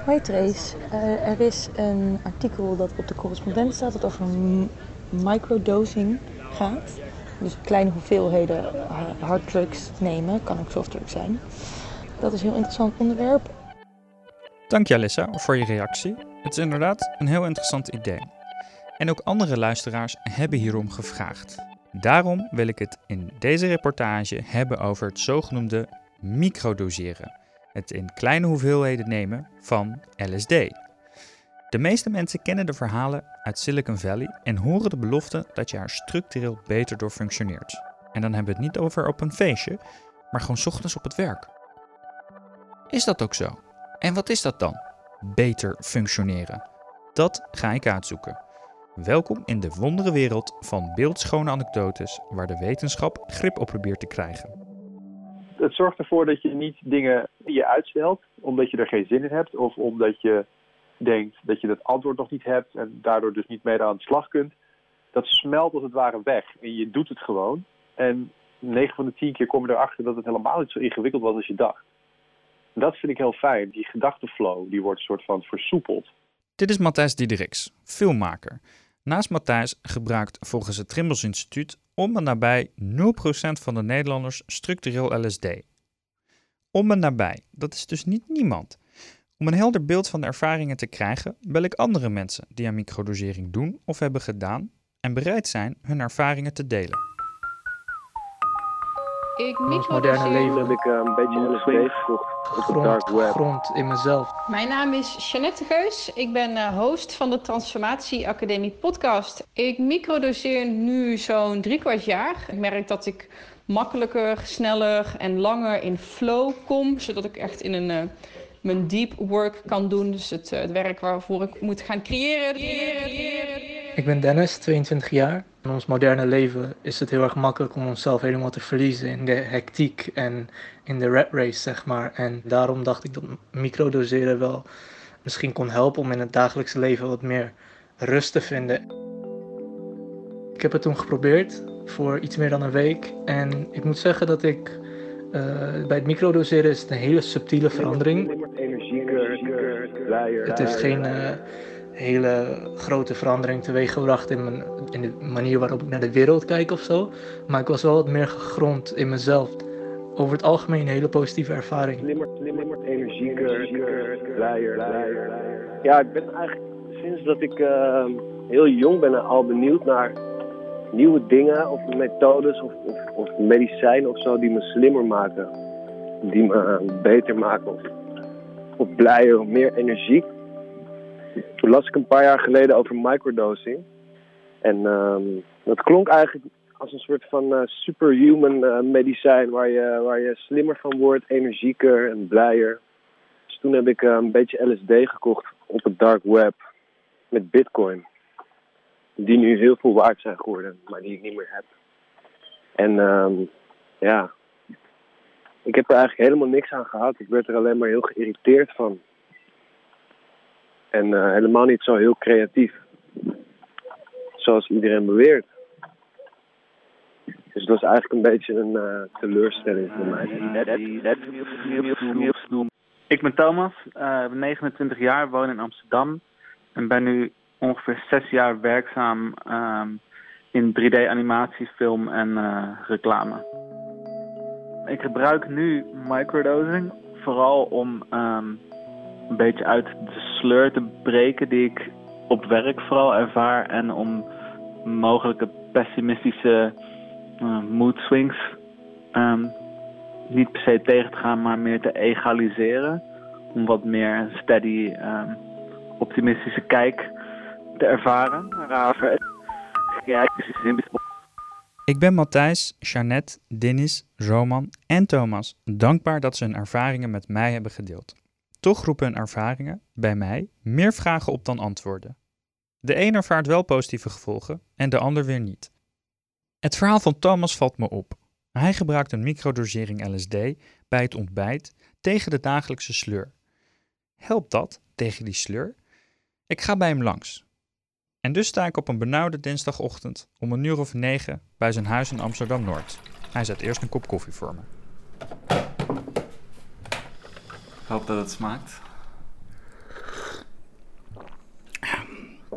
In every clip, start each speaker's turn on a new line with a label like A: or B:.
A: Hoi Trace, er is een artikel dat op de correspondent staat dat over microdosing gaat. Dus kleine hoeveelheden harddrugs nemen, kan ook softdrugs zijn. Dat is een heel interessant onderwerp.
B: Dank je Alissa voor je reactie. Het is inderdaad een heel interessant idee. En ook andere luisteraars hebben hierom gevraagd. Daarom wil ik het in deze reportage hebben over het zogenoemde microdoseren. Het in kleine hoeveelheden nemen van LSD. De meeste mensen kennen de verhalen uit Silicon Valley en horen de belofte dat je er structureel beter door functioneert. En dan hebben we het niet over op een feestje, maar gewoon 's ochtends op het werk. Is dat ook zo? En wat is dat dan? Beter functioneren. Dat ga ik uitzoeken. Welkom in de wonderenwereld van beeldschone anekdotes waar de wetenschap grip op probeert te krijgen.
C: Het zorgt ervoor dat je niet dingen die je uitstelt, omdat je er geen zin in hebt of omdat je denkt dat je het antwoord nog niet hebt en daardoor dus niet meer aan de slag kunt. Dat smelt als het ware weg en je doet het gewoon. En 9 van de 10 keer kom je erachter dat het helemaal niet zo ingewikkeld was als je dacht. En dat vind ik heel fijn. Die gedachtenflow die wordt een soort van versoepeld.
B: Dit is Matthijs Diedericks, filmmaker. Naast Matthijs gebruikt volgens het Trimbos Instituut om en nabij 0% van de Nederlanders structureel LSD. Om en nabij, dat is dus niet niemand. Om een helder beeld van de ervaringen te krijgen, bel ik andere mensen die aan microdosering doen of hebben gedaan en bereid zijn hun ervaringen te delen.
D: In ons moderne leven heb ik een beetje LSD gekocht op de dark web.
E: Grond in mezelf.
F: Mijn naam is Jeannette Geus. Ik ben host van de Transformatie Academie podcast. Ik microdoseer nu zo'n 3/4 jaar. Ik merk dat ik makkelijker, sneller en langer in flow kom, zodat ik echt in mijn deep work kan doen. Dus het werk waarvoor ik moet gaan creëren.
E: Ik ben Dennis, 22 jaar. In ons moderne leven is het heel erg makkelijk om onszelf helemaal te verliezen in de hectiek en in de rat race, zeg maar. En daarom dacht ik dat microdoseren wel misschien kon helpen om in het dagelijkse leven wat meer rust te vinden. Ik heb het toen geprobeerd voor iets meer dan een week. En ik moet zeggen dat ik bij het microdoseren is het een hele subtiele verandering.
D: Energieker, blijer.
E: Het heeft geen hele grote verandering teweeggebracht in de manier waarop ik naar de wereld kijk of zo. Maar ik was wel wat meer gegrond in mezelf. Over het algemeen een hele positieve ervaring.
D: Slimmer, energieker, blijer. Ja, ik ben eigenlijk sinds dat ik heel jong ben al benieuwd naar nieuwe dingen of methodes of medicijnen of zo die me slimmer maken. Die me beter maken of blijer of meer energiek. Toen las ik een paar jaar geleden over microdosing. En dat klonk eigenlijk als een soort van superhuman medicijn waar je slimmer van wordt, energieker en blijer. Dus toen heb ik een beetje LSD gekocht op het dark web met Bitcoin. Die nu heel veel waard zijn geworden, maar die ik niet meer heb. En ja, ik heb er eigenlijk helemaal niks aan gehad. Ik werd er alleen maar heel geïrriteerd van. En helemaal niet zo heel creatief. Zoals iedereen beweert. Dus dat is eigenlijk een beetje een teleurstelling voor mij.
G: Ik ben Thomas, ben 29 jaar, woon in Amsterdam. En ben nu ongeveer 6 jaar werkzaam in 3D-animatie, film en reclame. Ik gebruik nu microdosing vooral om een beetje uit de sleur te breken die ik op werk vooral ervaar. En om mogelijke pessimistische mood swings niet per se tegen te gaan, maar meer te egaliseren. Om wat meer een steady, optimistische kijk te ervaren.
B: Ik ben Matthijs, Jeannette, Dennis, Roman en Thomas dankbaar dat ze hun ervaringen met mij hebben gedeeld. Toch roepen hun ervaringen, bij mij, meer vragen op dan antwoorden. De een ervaart wel positieve gevolgen en de ander weer niet. Het verhaal van Thomas valt me op. Hij gebruikt een microdosering LSD bij het ontbijt tegen de dagelijkse sleur. Helpt dat tegen die sleur? Ik ga bij hem langs. En dus sta ik op een benauwde dinsdagochtend om 9:00 bij zijn huis in Amsterdam-Noord. Hij zet eerst een kop koffie voor me.
H: Ik hoop dat het smaakt.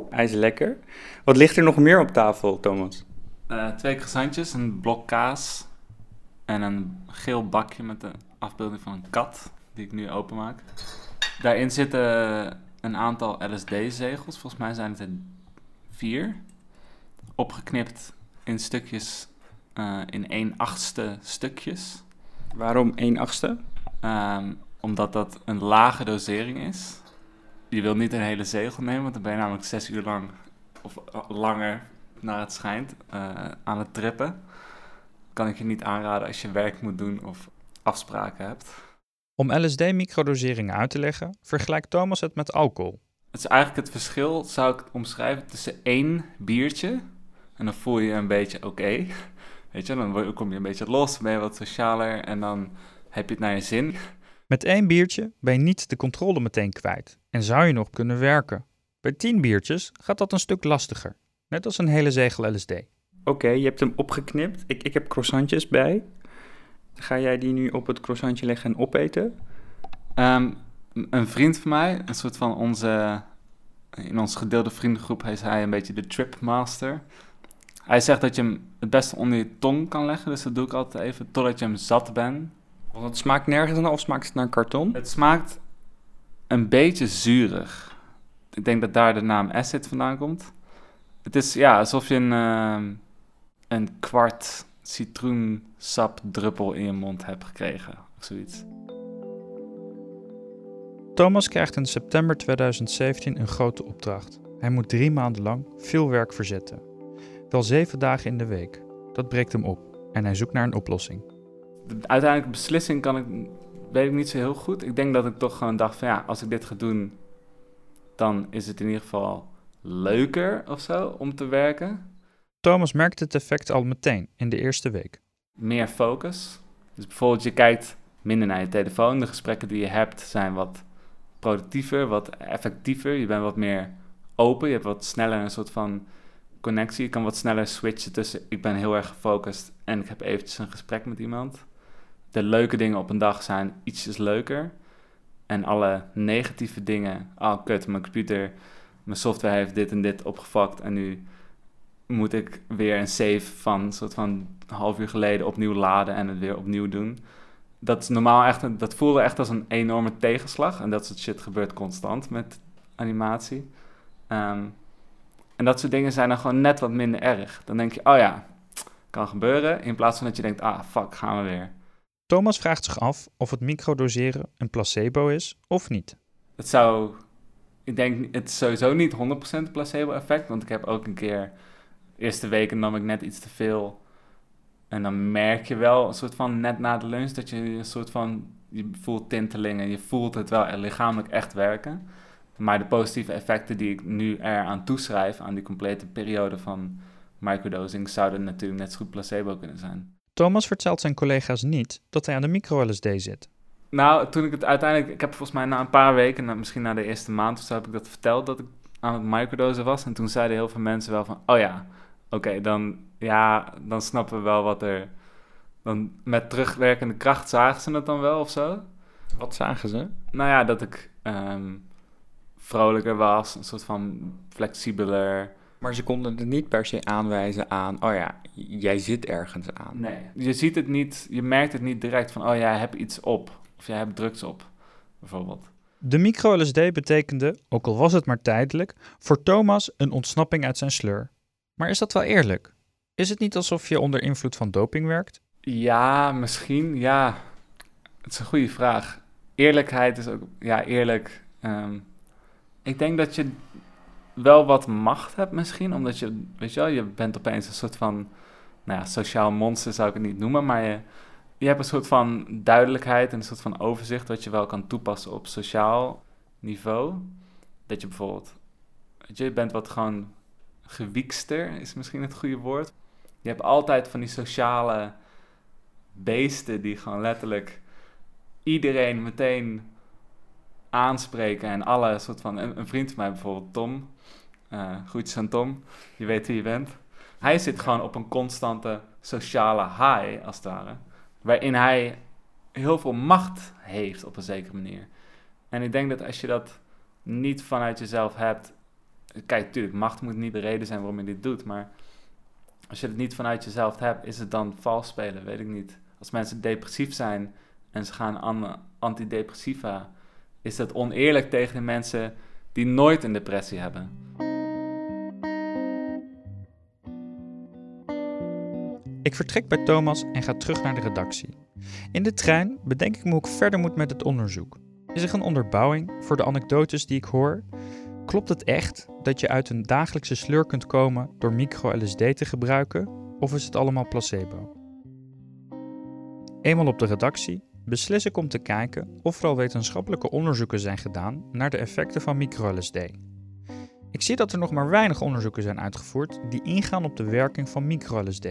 B: Hij is lekker. Wat ligt er nog meer op tafel, Thomas?
G: 2 croissantjes, een blok kaas en een geel bakje met de afbeelding van een kat, die ik nu openmaak. Daarin zitten een aantal LSD-zegels, volgens mij zijn het er 4. Opgeknipt in stukjes, in 1/8 stukjes.
B: Waarom 1/8?
G: Omdat dat een lage dosering is. Je wilt niet een hele zegel nemen, want dan ben je namelijk 6 uur lang, of langer naar het schijnt, aan het trippen. Kan ik je niet aanraden als je werk moet doen of afspraken hebt.
B: Om LSD-microdoseringen uit te leggen, vergelijkt Thomas het met alcohol.
G: Het is eigenlijk het verschil, zou ik het omschrijven, tussen 1 biertje. En dan voel je je een beetje oké. Weet je, dan kom je een beetje los, ben je wat socialer en dan heb je het naar je zin.
B: Met 1 biertje ben je niet de controle meteen kwijt en zou je nog kunnen werken. Bij 10 biertjes gaat dat een stuk lastiger, net als een hele zegel LSD. Oké, je hebt hem opgeknipt. Ik heb croissantjes bij. Ga jij die nu op het croissantje leggen en opeten?
G: Een vriend van mij, een soort van in onze gedeelde vriendengroep is hij een beetje de tripmaster. Hij zegt dat je hem het beste onder je tong kan leggen, dus dat doe ik altijd even totdat je hem zat bent.
B: Want het smaakt nergens naar of smaakt het naar karton?
G: Het smaakt een beetje zuurig. Ik denk dat daar de naam acid vandaan komt. Het is alsof je een kwart citroensapdruppel in je mond hebt gekregen, of zoiets.
B: Thomas krijgt in september 2017 een grote opdracht. Hij moet 3 maanden lang veel werk verzetten. Wel 7 dagen in de week. Dat breekt hem op en hij zoekt naar een oplossing.
G: De uiteindelijke beslissing weet ik niet zo heel goed. Ik denk dat ik toch gewoon dacht van als ik dit ga doen, dan is het in ieder geval leuker of zo om te werken.
B: Thomas merkt het effect al meteen in de eerste week.
G: Meer focus. Dus bijvoorbeeld je kijkt minder naar je telefoon. De gesprekken die je hebt zijn wat productiever, wat effectiever. Je bent wat meer open. Je hebt wat sneller een soort van connectie. Je kan wat sneller switchen tussen ik ben heel erg gefocust en ik heb eventjes een gesprek met iemand. De leuke dingen op een dag zijn ietsjes leuker. En alle negatieve dingen, kut, mijn computer, mijn software heeft dit en dit opgefakt en nu moet ik weer een save van een soort van half uur geleden opnieuw laden en het weer opnieuw doen. Dat is normaal dat voelde echt als een enorme tegenslag. En dat soort shit gebeurt constant met animatie. En dat soort dingen zijn dan gewoon net wat minder erg. Dan denk je, kan gebeuren. In plaats van dat je denkt, fuck, gaan we weer.
B: Thomas vraagt zich af of het microdoseren een placebo is of niet.
G: Ik denk, het is sowieso niet 100% placebo-effect. Want ik heb ook een keer, de eerste weken nam ik net iets te veel. En dan merk je wel een soort van net na de lunch dat je een soort van, je voelt tintelingen, je voelt het wel lichamelijk echt werken. Maar de positieve effecten die ik nu eraan toeschrijf, aan die complete periode van microdosing, zouden natuurlijk net zo goed placebo kunnen zijn.
B: Thomas vertelt zijn collega's niet dat hij aan de micro-LSD zit.
G: Nou, toen ik het uiteindelijk, ik heb volgens mij na een paar weken, misschien na de eerste maand of zo, heb ik dat verteld dat ik aan het microdosen was. En toen zeiden heel veel mensen wel van, dan snappen we wel wat er... Dan met terugwerkende kracht zagen ze het dan wel of zo.
B: Wat zagen ze?
G: Nou ja, dat ik vrolijker was, een soort van flexibeler.
B: Maar ze konden het niet per se aanwijzen aan, jij zit ergens aan.
G: Nee, je ziet het niet, je merkt het niet direct van, jij hebt iets op. Of jij hebt drugs op, bijvoorbeeld.
B: De micro-LSD betekende, ook al was het maar tijdelijk, voor Thomas een ontsnapping uit zijn sleur. Maar is dat wel eerlijk? Is het niet alsof je onder invloed van doping werkt?
G: Ja, misschien, ja. Het is een goede vraag. Eerlijkheid is ook, eerlijk. Ik denk dat je wel wat macht hebt misschien, omdat je, weet je wel, je bent opeens een soort van, sociaal monster zou ik het niet noemen, maar je hebt een soort van duidelijkheid en een soort van overzicht wat je wel kan toepassen op sociaal niveau. Dat je bijvoorbeeld, je bent wat gewoon gewiekster, is misschien het goede woord. Je hebt altijd van die sociale beesten die gewoon letterlijk iedereen meteen aanspreken en alle soort van... Een vriend van mij bijvoorbeeld, Tom. Groetjes aan Tom, je weet wie je bent. Hij zit gewoon op een constante sociale high, als het ware. Waarin hij heel veel macht heeft op een zekere manier. En ik denk dat als je dat niet vanuit jezelf hebt,
H: kijk, natuurlijk, macht moet niet de reden zijn waarom je dit doet, maar als je het niet vanuit jezelf hebt, is het dan vals spelen? Weet ik niet. Als mensen depressief zijn en ze gaan aan antidepressiva, is dat oneerlijk tegen de mensen die nooit een depressie hebben.
B: Ik vertrek bij Thomas en ga terug naar de redactie. In de trein bedenk ik me hoe ik verder moet met het onderzoek. Is er een onderbouwing voor de anekdotes die ik hoor? Klopt het echt dat je uit een dagelijkse sleur kunt komen door micro-LSD te gebruiken? Of is het allemaal placebo? Eenmaal op de redactie beslis ik om te kijken of er al wetenschappelijke onderzoeken zijn gedaan naar de effecten van micro-LSD. Ik zie dat er nog maar weinig onderzoeken zijn uitgevoerd die ingaan op de werking van micro-LSD.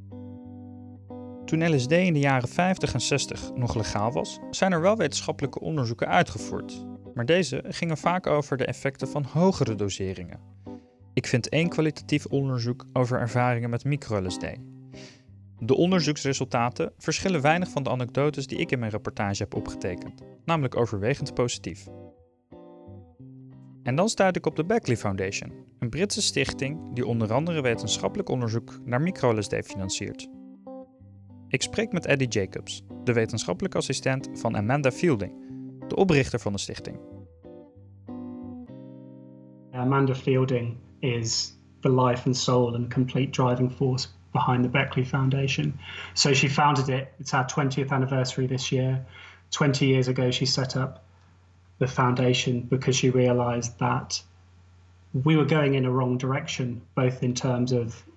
B: Toen LSD in de jaren 50 en 60 nog legaal was, zijn er wel wetenschappelijke onderzoeken uitgevoerd. Maar deze gingen vaak over de effecten van hogere doseringen. Ik vind 1 kwalitatief onderzoek over ervaringen met micro-LSD. De onderzoeksresultaten verschillen weinig van de anekdotes die ik in mijn reportage heb opgetekend, namelijk overwegend positief. En dan stuit ik op de Beckley Foundation, een Britse stichting die onder andere wetenschappelijk onderzoek naar micro-LSD financiert. Ik spreek met Eddie Jacobs, de wetenschappelijk assistent van Amanda Fielding, de oprichter van de stichting.
I: Amanda Fielding is the life and soul and complete driving force behind the Beckley Foundation. So she founded it. It's our 20th anniversary this year. 20 years ago she set up the foundation because she realized that we were going in a wrong direction, both in terms of,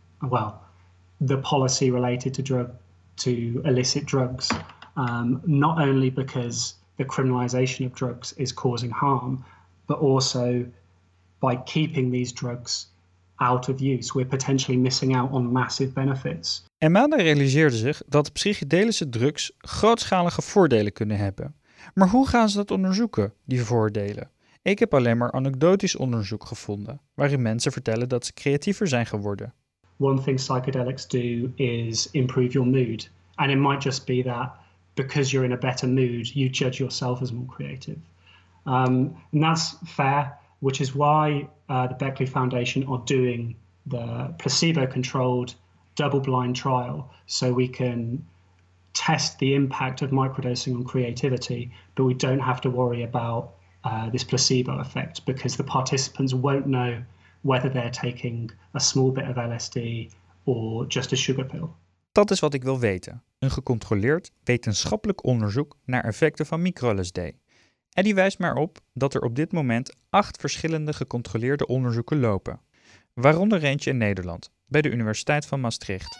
I: the policy related to illicit drugs, not only because the criminalization of drugs is causing harm, but also by keeping these drugs out of use, we're potentially missing out on massive benefits.
B: Amanda realiseerde zich dat psychedelische drugs grootschalige voordelen kunnen hebben. Maar hoe gaan ze dat onderzoeken, die voordelen? Ik heb alleen maar anekdotisch onderzoek gevonden, waarin mensen vertellen dat ze creatiever zijn geworden.
I: One thing psychedelics do is improve your mood. And it might just be that because you're in a better mood, you judge yourself as more creative. And that's fair, which is why the Beckley Foundation are doing the placebo-controlled double-blind trial, so we can test the impact of microdosing on creativity, but we don't have to worry about this placebo effect because the participants won't know whether they're taking a small bit of LSD or just a sugar pill.
B: Dat is wat ik wil weten. Een gecontroleerd wetenschappelijk onderzoek naar effecten van micro-LSD. Eddie wijst maar op dat er op dit moment 8 verschillende gecontroleerde onderzoeken lopen. Waaronder eentje in Nederland, bij de Universiteit van Maastricht.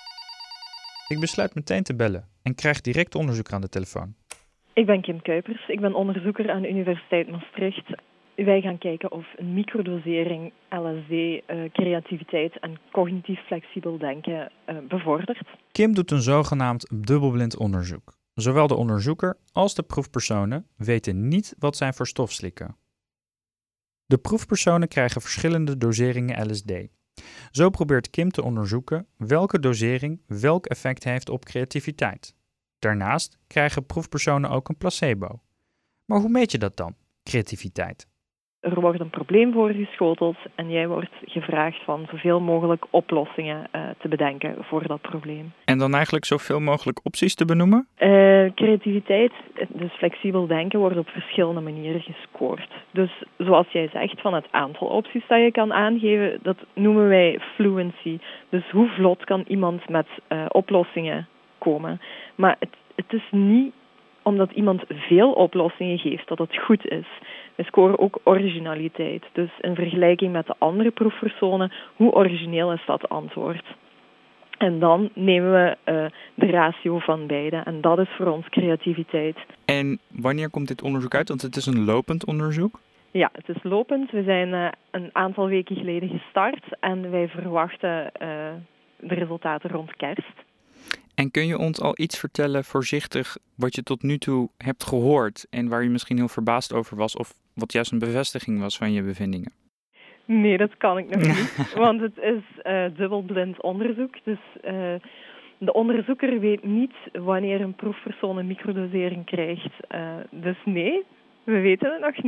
B: Ik besluit meteen te bellen en krijg direct onderzoeker aan de telefoon.
J: Ik ben Kim Kuipers, ik ben onderzoeker aan de Universiteit Maastricht. Wij gaan kijken of een microdosering LSD creativiteit en cognitief flexibel denken bevordert.
B: Kim doet een zogenaamd dubbelblind onderzoek. Zowel de onderzoeker als de proefpersonen weten niet wat zij voor stof slikken. De proefpersonen krijgen verschillende doseringen LSD. Zo probeert Kim te onderzoeken welke dosering welk effect heeft op creativiteit. Daarnaast krijgen proefpersonen ook een placebo. Maar hoe meet je dat dan, creativiteit?
J: Er wordt een probleem voorgeschoteld en jij wordt gevraagd van zoveel mogelijk oplossingen te bedenken voor dat probleem.
B: En dan eigenlijk zoveel mogelijk opties te benoemen?
J: Creativiteit, dus flexibel denken, wordt op verschillende manieren gescoord. Dus zoals jij zegt, van het aantal opties dat je kan aangeven, dat noemen wij fluency. Dus hoe vlot kan iemand met oplossingen komen. Maar het is niet omdat iemand veel oplossingen geeft dat het goed is. We scoren ook originaliteit. Dus in vergelijking met de andere proefpersonen, hoe origineel is dat antwoord? En dan nemen we de ratio van beide. En dat is voor ons creativiteit.
B: En wanneer komt dit onderzoek uit? Want het is een lopend onderzoek.
J: Ja, het is lopend. We zijn een aantal weken geleden gestart. En wij verwachten de resultaten rond kerst.
B: En kun je ons al iets vertellen, voorzichtig, wat je tot nu toe hebt gehoord en waar je misschien heel verbaasd over was of wat juist een bevestiging was van je bevindingen?
J: Nee, dat kan ik nog niet, want het is dubbelblind onderzoek. Dus de onderzoeker weet niet wanneer een proefpersoon een microdosering krijgt. Dus nee, we weten het nog niet.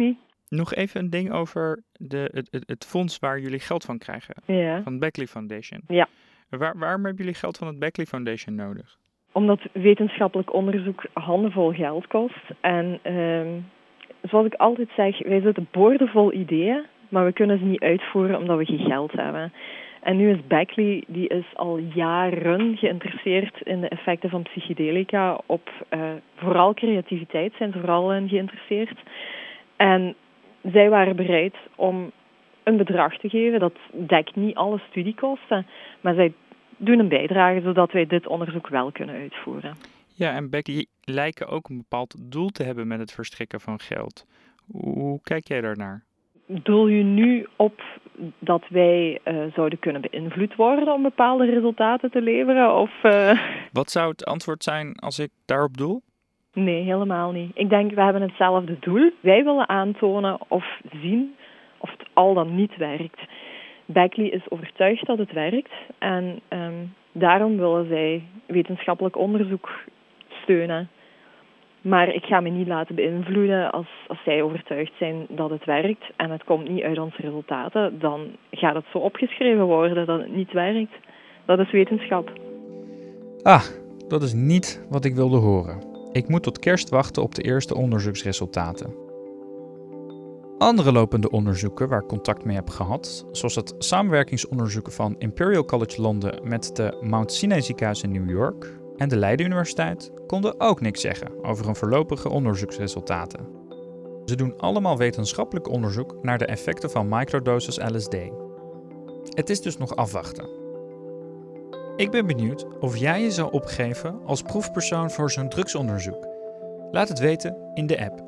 B: Nog even een ding over het fonds waar jullie geld van krijgen.
J: Ja.
B: Van het Beckley Foundation.
J: Ja.
B: Waarom hebben jullie geld van het Beckley Foundation nodig?
J: Omdat wetenschappelijk onderzoek handenvol geld kost. En zoals ik altijd zeg, wij zitten boordevol ideeën, maar we kunnen ze niet uitvoeren omdat we geen geld hebben. En nu is Beckley, die is al jaren geïnteresseerd in de effecten van psychedelica op vooral creativiteit, zijn ze vooral in geïnteresseerd. En zij waren bereid om een bedrag te geven, dat dekt niet alle studiekosten, maar zij doen een bijdrage zodat wij dit onderzoek wel kunnen uitvoeren.
B: Ja, en Beckley lijken ook een bepaald doel te hebben met het verstrekken van geld. Hoe kijk jij daarnaar?
J: Doel je nu op dat wij zouden kunnen beïnvloed worden om bepaalde resultaten te leveren? Of,
B: Wat zou het antwoord zijn als ik daarop doel?
J: Nee, helemaal niet. Ik denk, we hebben hetzelfde doel. Wij willen aantonen of zien of het al dan niet werkt. Beckley is overtuigd dat het werkt en daarom willen zij wetenschappelijk onderzoek steunen. Maar ik ga me niet laten beïnvloeden als zij overtuigd zijn dat het werkt en het komt niet uit onze resultaten, dan gaat het zo opgeschreven worden dat het niet werkt. Dat is wetenschap.
B: Dat is niet wat ik wilde horen. Ik moet tot kerst wachten op de eerste onderzoeksresultaten. Andere lopende onderzoeken waar ik contact mee heb gehad, zoals het samenwerkingsonderzoek van Imperial College Londen met de Mount Sinai ziekenhuis in New York en de Leiden Universiteit, konden ook niks zeggen over een voorlopige onderzoeksresultaten. Ze doen allemaal wetenschappelijk onderzoek naar de effecten van microdoses LSD. Het is dus nog afwachten. Ik ben benieuwd of jij je zou opgeven als proefpersoon voor zo'n drugsonderzoek. Laat het weten in de app.